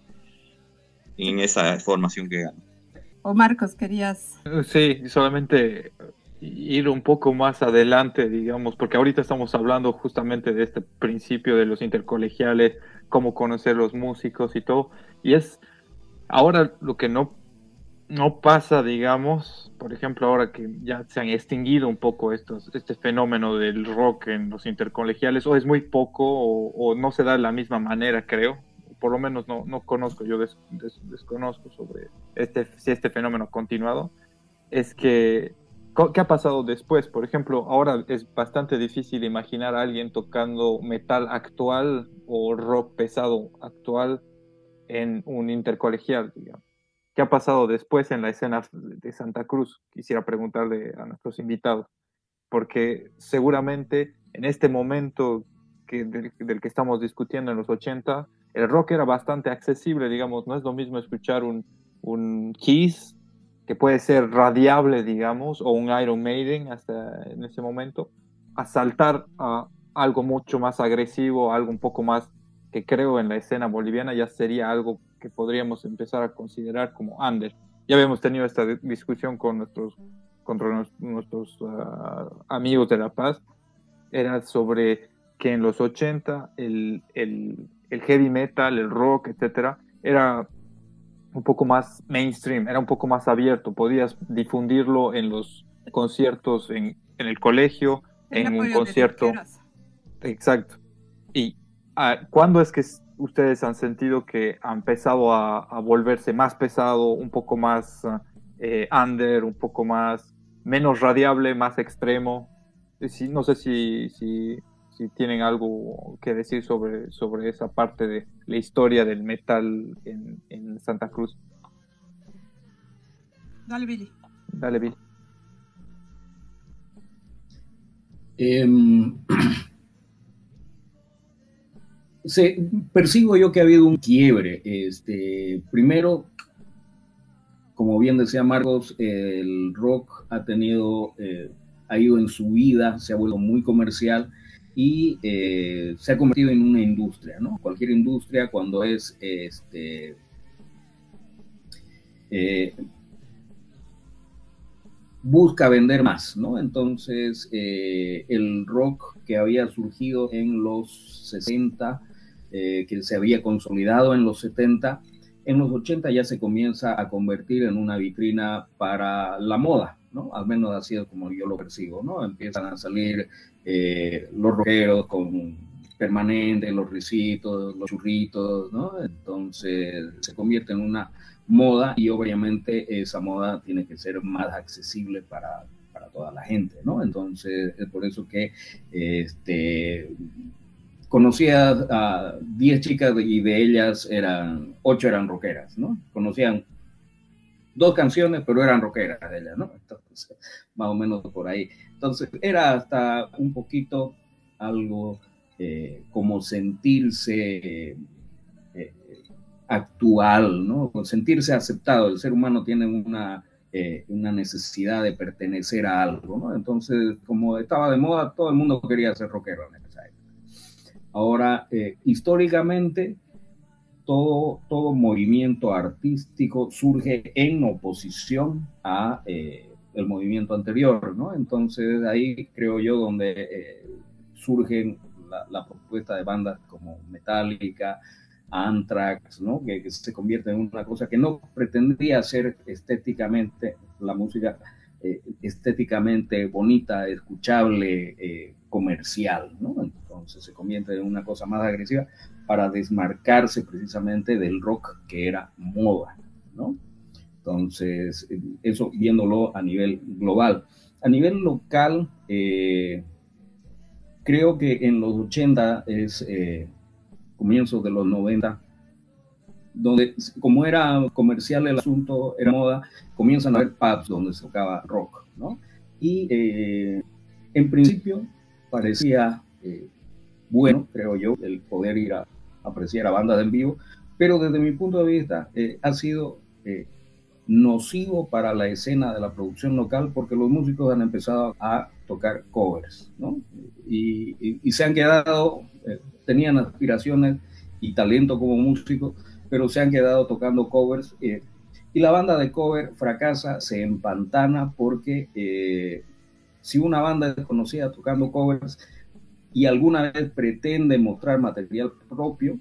en esa formación que ganó. O Marcos, querías... Sí, solamente ir un poco más adelante, digamos, porque ahorita estamos hablando justamente de este principio de los intercolegiales, cómo conocer los músicos y todo, y es ahora lo que no, no pasa, digamos, por ejemplo, ahora que ya se han extinguido un poco estos, este fenómeno del rock en los intercolegiales, o es muy poco, o, o no se da de la misma manera, creo, por lo menos no, no conozco, yo des, des, desconozco sobre este, si este fenómeno ha continuado, es que, ¿qué ha pasado después? Por ejemplo, ahora es bastante difícil imaginar a alguien tocando metal actual o rock pesado actual en un intercolegial, digamos. ¿Qué ha pasado después en la escena de Santa Cruz? Quisiera preguntarle a nuestros invitados, porque seguramente en este momento que, del, del que estamos discutiendo en los ochenta, el rock era bastante accesible, digamos, no es lo mismo escuchar un, un Kiss, que puede ser radiable, digamos, o un Iron Maiden hasta en ese momento, a saltar a algo mucho más agresivo, algo un poco más que creo en la escena boliviana ya sería algo que podríamos empezar a considerar como under. Ya habíamos tenido esta discusión con nuestros, con nuestros uh, amigos de La Paz, era sobre que en los ochenta el, el, el heavy metal, el rock, etcétera, era un poco más mainstream, era un poco más abierto, podías difundirlo en los conciertos en, en el colegio, el en un concierto. Exacto. Y Uh, ¿cuándo es que ustedes han sentido que ha empezado a, a volverse más pesado, un poco más uh, eh, under, un poco más menos radiable, más extremo. Sí, no sé si, si, si tienen algo que decir sobre, sobre esa parte de la historia del metal en, en Santa Cruz. Dale, Billy. Dale, Bill. Eh, se, percibo yo que ha habido un quiebre. Este, primero, como bien decía Marcos, el rock ha tenido, eh, ha ido en su vida, se ha vuelto muy comercial y eh, se ha convertido en una industria, ¿no? Cualquier industria cuando es, este, eh, busca vender más, ¿no? Entonces, eh, el rock que había surgido en los sesenta, eh, que se había consolidado en los setenta, en los ochenta ya se comienza a convertir en una vitrina para la moda, ¿no? Al menos así es como yo lo percibo, ¿no? Empiezan a salir eh, los rockeros con permanentes, los risitos, los churritos, ¿no? Entonces se convierte en una moda y obviamente esa moda tiene que ser más accesible para, para toda la gente, ¿no? Entonces es por eso que este, conocía a diez chicas y de ellas eran, ocho eran rockeras, ¿no? Conocían dos canciones, pero eran rockeras de ellas, ¿no? Entonces, más o menos por ahí. Entonces era hasta un poquito algo eh, como sentirse... Eh, actual, ¿no? Sentirse aceptado. El ser humano tiene una, eh, una necesidad de pertenecer a algo, ¿no? Entonces, como estaba de moda, todo el mundo quería ser rockero en esa época. Ahora, eh, históricamente, todo, todo movimiento artístico surge en oposición a eh, el movimiento anterior, ¿no? Entonces, ahí creo yo donde eh, surgen la, la propuesta de bandas como Metallica, Anthrax, ¿no? Que, que se convierte en una cosa que no pretendía ser estéticamente la música eh, estéticamente bonita, escuchable, eh, comercial, ¿no? Entonces se convierte en una cosa más agresiva para desmarcarse precisamente del rock que era moda, ¿no? Entonces, eso viéndolo a nivel global. A nivel local, eh, creo que en los ochenta es... Eh, comienzos de los noventa, donde como era comercial el asunto, era moda, comienzan a haber pubs donde se tocaba rock, ¿no? Y eh, en principio parecía eh, bueno, creo yo, el poder ir a apreciar a bandas en vivo, pero desde mi punto de vista eh, ha sido eh, nocivo para la escena de la producción local porque los músicos han empezado a tocar covers, ¿no? Y, y, y se han quedado, eh, tenían aspiraciones y talento como músicos, pero se han quedado tocando covers eh, y la banda de cover fracasa, se empantana porque eh, si una banda es conocida tocando covers y alguna vez pretende mostrar material propio,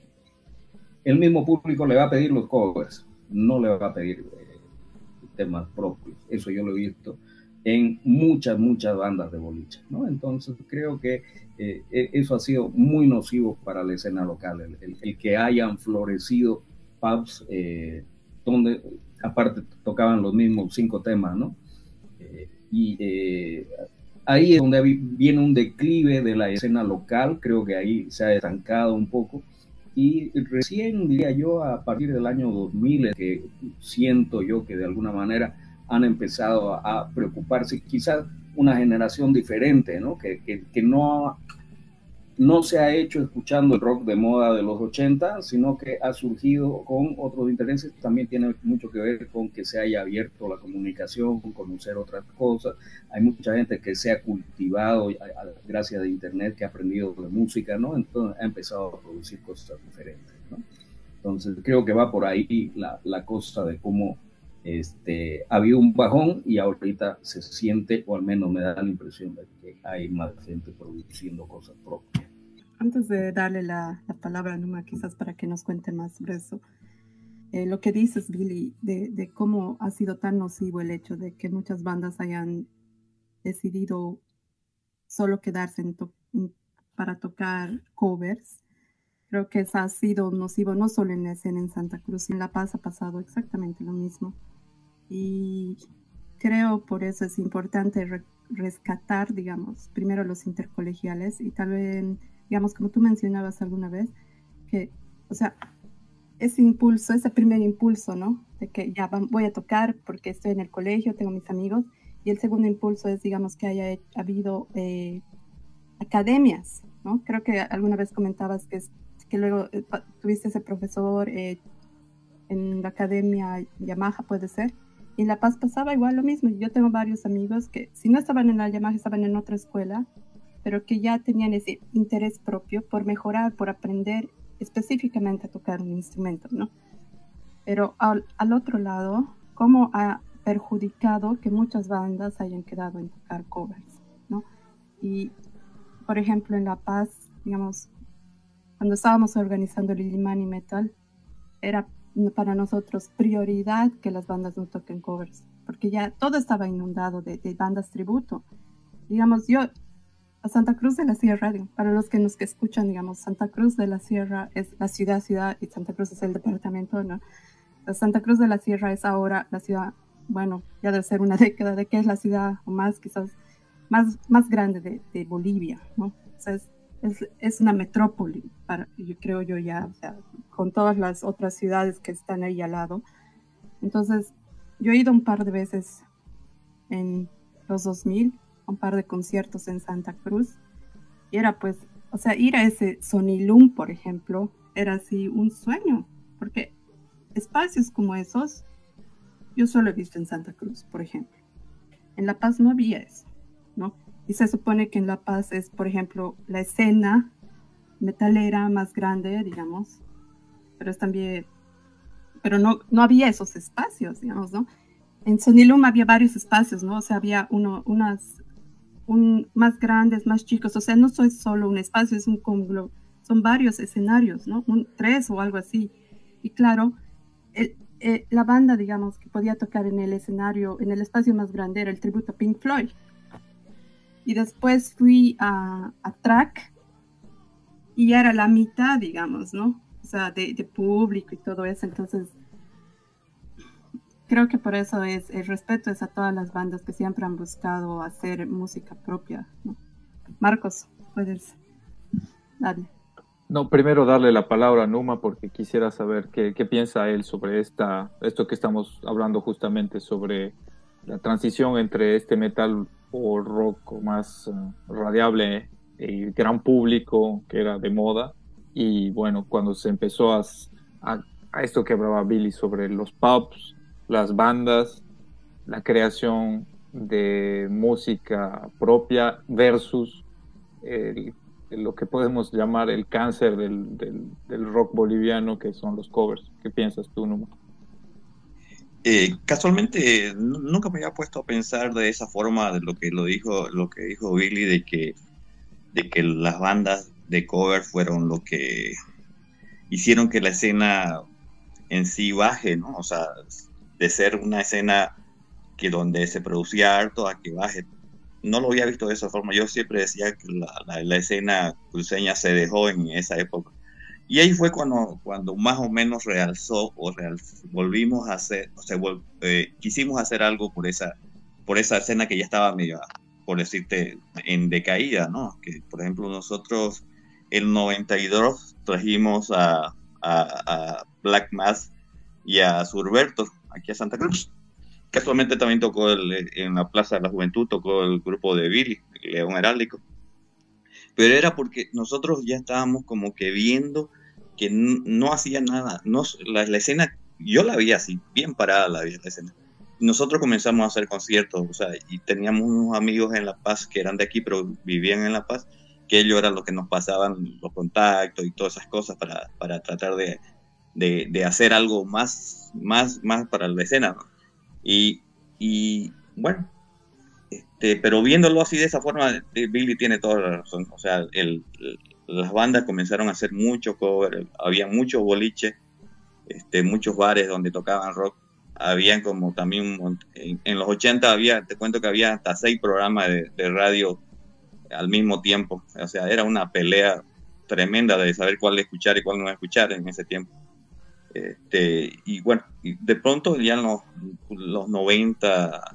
el mismo público le va a pedir los covers, no le va a pedir eh, temas propios. Eso yo lo he visto en muchas, muchas bandas de boliche, ¿no? Entonces creo que eh, eso ha sido muy nocivo para la escena local, el, el, el que hayan florecido pubs eh, donde aparte tocaban los mismos cinco temas, ¿no? Eh, y eh, ahí es donde viene un declive de la escena local, creo que ahí se ha estancado un poco. Y recién, diría yo, a partir del año dos mil, que siento yo que de alguna manera han empezado a, a preocuparse, quizás una generación diferente, ¿no? Que, que, que no, no se ha hecho escuchando el rock de moda de los ochenta, sino que ha surgido con otros intereses. También tiene mucho que ver con que se haya abierto la comunicación, con conocer otras cosas. Hay mucha gente que se ha cultivado gracias a Internet, que ha aprendido de música, ¿no? Entonces ha empezado a producir cosas diferentes, ¿no? Entonces creo que va por ahí la, la cosa de cómo este, ha habido un bajón y ahorita se siente, o al menos me da la impresión de que hay más gente produciendo cosas propias. Antes de darle la, la palabra a Numa, quizás para que nos cuente más sobre eso, eh, lo que dices, Billy, de, de cómo ha sido tan nocivo el hecho de que muchas bandas hayan decidido solo quedarse en to en, para tocar covers. Creo que eso ha sido nocivo no solo en la escena en Santa Cruz, en La Paz ha pasado exactamente lo mismo. Y creo por eso es importante re rescatar, digamos, primero los intercolegiales y tal vez, digamos, como tú mencionabas alguna vez, que, o sea, ese impulso, ese primer impulso, ¿no? De que ya voy a tocar porque estoy en el colegio, tengo mis amigos, y el segundo impulso es, digamos, que haya habido eh, academias, ¿no? Creo que alguna vez comentabas que, es, que luego eh, tuviste ese profesor eh, en la academia Yamaha, puede ser, y en La Paz pasaba igual lo mismo. Yo tengo varios amigos que si no estaban en la Yamaha, estaban en otra escuela, pero que ya tenían ese interés propio por mejorar, por aprender específicamente a tocar un instrumento, ¿no? Pero al, al otro lado, ¿cómo ha perjudicado que muchas bandas hayan quedado en tocar covers, ¿no? Y, por ejemplo, en La Paz, digamos, cuando estábamos organizando el Illimani Metal, era para nosotros prioridad que las bandas no toquen covers, porque ya todo estaba inundado de, de bandas tributo. Digamos, yo, a Santa Cruz de la Sierra, para los que nos que escuchan, digamos, Santa Cruz de la Sierra es la ciudad, ciudad, y Santa Cruz es el departamento, ¿no? La Santa Cruz de la Sierra es ahora la ciudad, bueno, ya debe ser una década de que es la ciudad, o más quizás, más, más grande de, de Bolivia, ¿no? O sea, es, es, es una metrópoli, para, yo creo yo ya, o sea, con todas las otras ciudades que están ahí al lado. Entonces, yo he ido un par de veces en los dos mil, un par de conciertos en Santa Cruz, y era pues, o sea, ir a ese Sonilum, por ejemplo, era así un sueño, porque espacios como esos, yo solo he visto en Santa Cruz, por ejemplo. En La Paz no había eso, ¿no? Y se supone que en La Paz es, por ejemplo, la escena metalera más grande, digamos, pero es también, pero no, no había esos espacios, digamos, ¿no? En Sonilum había varios espacios, ¿no? O sea, había uno, unas, un, más grandes, más chicos, o sea, no es solo un espacio, es un conglo, son varios escenarios, ¿no? Un, tres o algo así. Y claro, el, eh, la banda, digamos, que podía tocar en el escenario, en el espacio más grande, era el tributo a Pink Floyd. Y después fui a, a Track y ya era la mitad, digamos, ¿no? O sea, de, de público y todo eso. Entonces, creo que por eso es el respeto es a todas las bandas que siempre han buscado hacer música propia, ¿no? Marcos, puedes darle. No, primero darle la palabra a Numa porque quisiera saber qué, qué piensa él sobre esta, esto que estamos hablando justamente, sobre la transición entre este metal o rock más uh, radiable y gran público que era de moda, y bueno, cuando se empezó a, a, a esto que hablaba Billy sobre los pubs, las bandas, la creación de música propia versus el lo que podemos llamar el cáncer del, del, del rock boliviano, que son los covers. ¿Qué piensas tú, Numa? Eh, casualmente nunca me había puesto a pensar de esa forma de lo que lo dijo lo que dijo Billy, de que de que las bandas de cover fueron lo que hicieron que la escena en sí baje, ¿no? O sea, de ser una escena que donde se producía harto a que baje. No lo había visto de esa forma. Yo siempre decía que la, la, la escena cruceña se dejó en esa época. Y ahí fue cuando, cuando más o menos realzó o real, volvimos a hacer, o sea, vol, eh, quisimos hacer algo por esa, por esa escena que ya estaba medio, por decirte, en decaída, ¿no? Que, por ejemplo, nosotros en noventa y dos trajimos a, a, a Black Mass y a Surberto aquí a Santa Cruz. Casualmente también tocó el, en la Plaza de la Juventud, tocó el grupo de Billy, León Heráldico. Pero era porque nosotros ya estábamos como que viendo que no, no hacía nada. No, la, la escena, yo la vi así, bien parada la vi la escena. Nosotros comenzamos a hacer conciertos, o sea, y teníamos unos amigos en La Paz que eran de aquí, pero vivían en La Paz, que ellos eran los que nos pasaban los contactos y todas esas cosas para, para tratar de, de, de hacer algo más, más, más para la escena, ¿no? Y, y bueno, este, pero viéndolo así de esa forma, Billy tiene toda la razón. O sea, el, el, las bandas comenzaron a hacer mucho cover, había muchos boliches, este, muchos bares donde tocaban rock. Habían como también, en, en los ochenta había, te cuento que había hasta seis programas de, de radio al mismo tiempo. O sea, era una pelea tremenda de saber cuál escuchar y cuál no escuchar en ese tiempo. Este, y bueno, de pronto ya en los, los noventa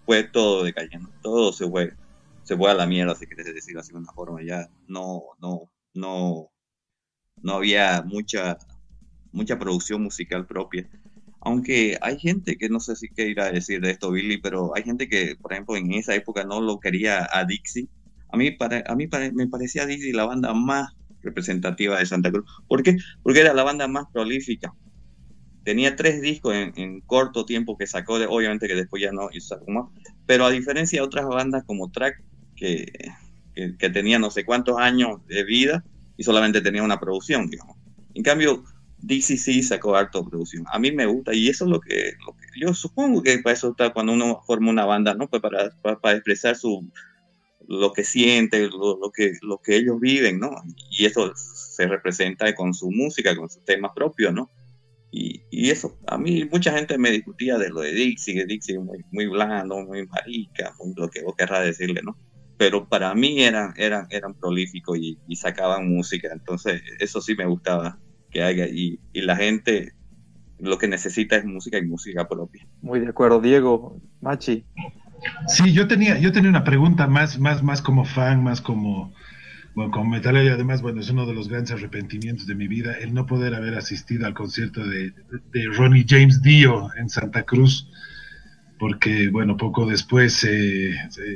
fue todo decayendo, todo se fue, se fue a la mierda, si quieres decirlo así de una forma. Ya no, no, no, no había mucha, mucha producción musical propia. Aunque hay gente que no sé si qué ir a decir de esto, Billy, pero hay gente que, por ejemplo, en esa época no lo quería a Dixie. A mí, para, a mí para, me parecía Dixie la banda más representativa de Santa Cruz. ¿Por qué? Porque era la banda más prolífica. Tenía tres discos en, en corto tiempo que sacó, de, obviamente que después ya no hizo más, pero a diferencia de otras bandas como Track, que, que, que tenía no sé cuántos años de vida y solamente tenía una producción, digamos. En cambio, Dixie sí sacó harto producción. A mí me gusta, y eso es lo que, lo que yo supongo que para eso está cuando uno forma una banda, ¿no? Pues para, para, para expresar su, lo que siente, lo, lo, que, lo que ellos viven, ¿no? Y eso se representa con su música, con sus temas propios, ¿no? Y, y eso, a mí mucha gente me discutía de lo de Dixie, que Dixie es muy, muy blando, muy marica, muy lo que vos querrás decirle, ¿no? Pero para mí eran, eran, eran prolíficos y, y sacaban música, entonces eso sí me gustaba que haya, y, y la gente lo que necesita es música y música propia. Muy de acuerdo, Diego. Machi. Sí, yo tenía, yo tenía una pregunta más, más, más como fan, más como... Bueno, como metalero, y además, bueno, es uno de los grandes arrepentimientos de mi vida el no poder haber asistido al concierto de, de Ronnie James Dio en Santa Cruz, porque, bueno, poco después, eh,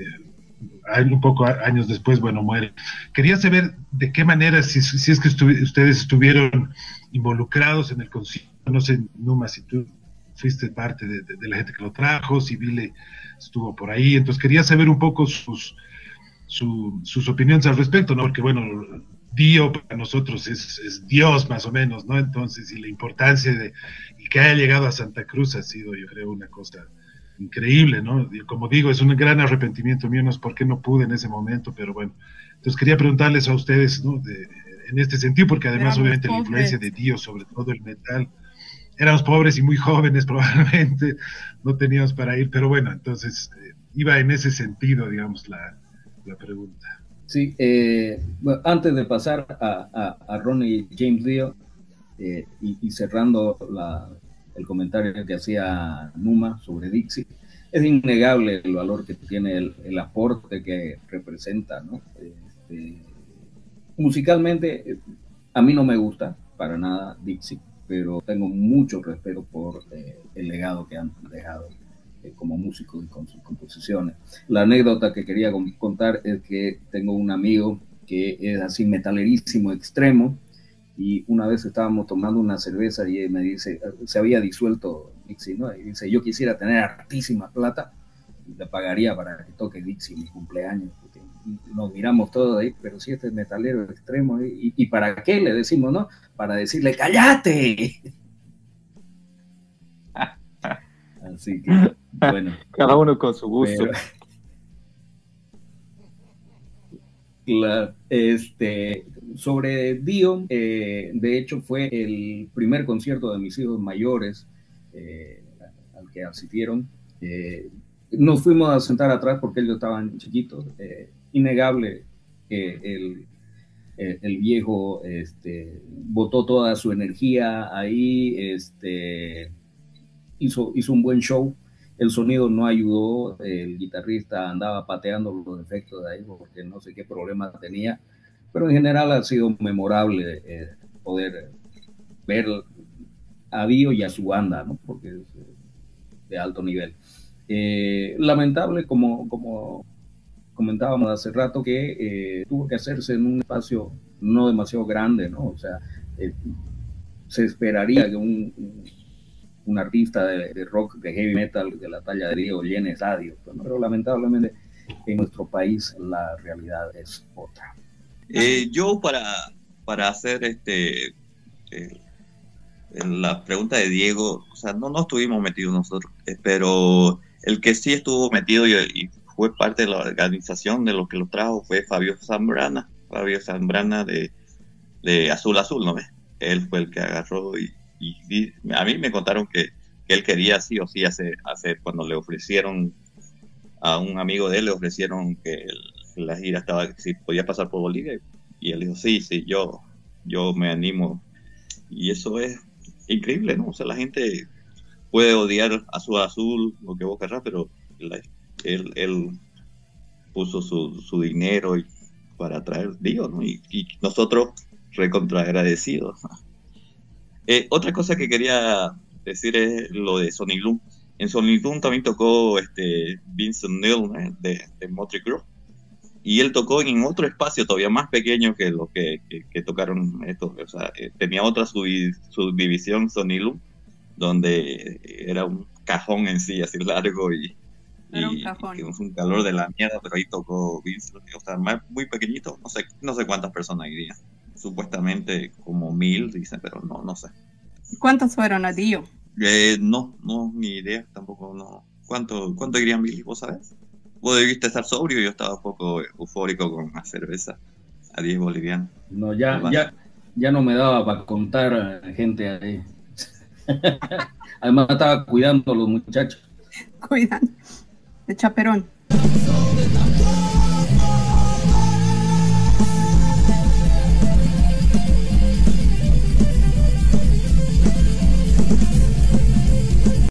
eh, un poco años después, bueno, muere. Quería saber de qué manera, si, si es que estu ustedes estuvieron involucrados en el concierto, no sé, Numa, si tú fuiste parte de, de, de la gente que lo trajo, si Vile estuvo por ahí, entonces quería saber un poco sus... Su, sus opiniones al respecto, ¿no? Porque, bueno, Dio para nosotros es, es Dios más o menos, ¿no? Entonces, y la importancia de y que haya llegado a Santa Cruz ha sido, yo creo, una cosa increíble, ¿no? Y como digo, es un gran arrepentimiento mío, no es por qué no pude en ese momento, pero bueno. Entonces quería preguntarles a ustedes, ¿no? De, en este sentido, porque además, Éramos obviamente, pobres. La influencia de Dio sobre todo el metal, éramos pobres y muy jóvenes probablemente, no teníamos para ir, pero bueno, entonces eh, iba en ese sentido, digamos, la la pregunta. Sí, eh, bueno, antes de pasar a, a, a Ronnie James Dio eh, y, y cerrando la, el comentario que hacía Numa sobre Dixie, es innegable el valor que tiene el, el aporte que representa, ¿no? Este, musicalmente, a mí no me gusta para nada Dixie, pero tengo mucho respeto por eh, el legado que han dejado como músico y con sus composiciones. La anécdota que quería contar es que tengo un amigo que es así metalerísimo extremo, y una vez estábamos tomando una cerveza y me dice, se había disuelto Dixie, ¿no? Y dice, yo quisiera tener hartísima plata, le pagaría para que toque Dixie en mi cumpleaños. Nos miramos todos ahí, pero si este es metalero extremo, ¿y, y para qué? Le decimos, ¿no? Para decirle, ¡cállate! Así que, bueno. Cada uno con su gusto. Pero, la, este, sobre Dio, eh, de hecho fue el primer concierto de mis hijos mayores eh, al que asistieron. Eh, nos fuimos a sentar atrás porque ellos estaban chiquitos. Eh, innegable que el, el, el viejo este, botó toda su energía ahí, este... Hizo, hizo un buen show, el sonido no ayudó, el guitarrista andaba pateando los efectos de ahí porque no sé qué problema tenía, pero en general ha sido memorable eh, poder ver a Dio y a su banda, ¿no? Porque es de alto nivel. Eh, lamentable, como, como comentábamos hace rato, que eh, tuvo que hacerse en un espacio no demasiado grande, ¿no? O sea, eh, se esperaría que un... un un artista de, de rock, de heavy metal, de la talla de Dio, llene estadio, ¿no? Pero lamentablemente en nuestro país la realidad es otra. Eh, yo para, para hacer este eh, la pregunta de Diego, o sea, no, no estuvimos metidos nosotros, eh, pero el que sí estuvo metido y, y fue parte de la organización de lo que lo trajo fue Fabio Zambrana, Fabio Zambrana de, de Azul Azul, ¿no ves? Él fue el que agarró y Y, y a mí me contaron que, que él quería sí o sí hacer, hacer, cuando le ofrecieron a un amigo de él, le ofrecieron que el, la gira estaba, si podía pasar por Bolivia, y él dijo, sí, sí, yo, yo me animo. Y eso es increíble, ¿no? O sea, la gente puede odiar Azul Azul, lo que vos querrás, pero la, él, él puso su, su dinero y, para traer, digo, ¿no? Y, y nosotros recontra agradecidos. Eh, otra cosa que quería decir es lo de Sonic Loom. En Sonic Loom también tocó este Vincent Neil, eh, de, de Motley Crue, y él tocó en otro espacio todavía más pequeño que lo que, que, que tocaron estos. O sea, eh, tenía otra subdi- subdivisión Sonic Loom, donde era un cajón en sí, así largo y, Era un y, cajón. y un calor de la mierda, pero ahí tocó Vincent, o sea, más, muy pequeñito, no sé, no sé cuántas personas irían. Supuestamente como mil, dicen, pero no, no sé. ¿Cuántos fueron a Dio? Eh, no, no, ni idea, tampoco, no. ¿Cuánto, cuánto irían, Billy? ¿Vos sabés? Vos debiste estar sobrio, yo estaba un poco eufórico con la cerveza a diez bolivianos. No, ya, ya, ya no me daba para contar gente ahí. Además estaba cuidando a los muchachos. Cuidan. De chaperón.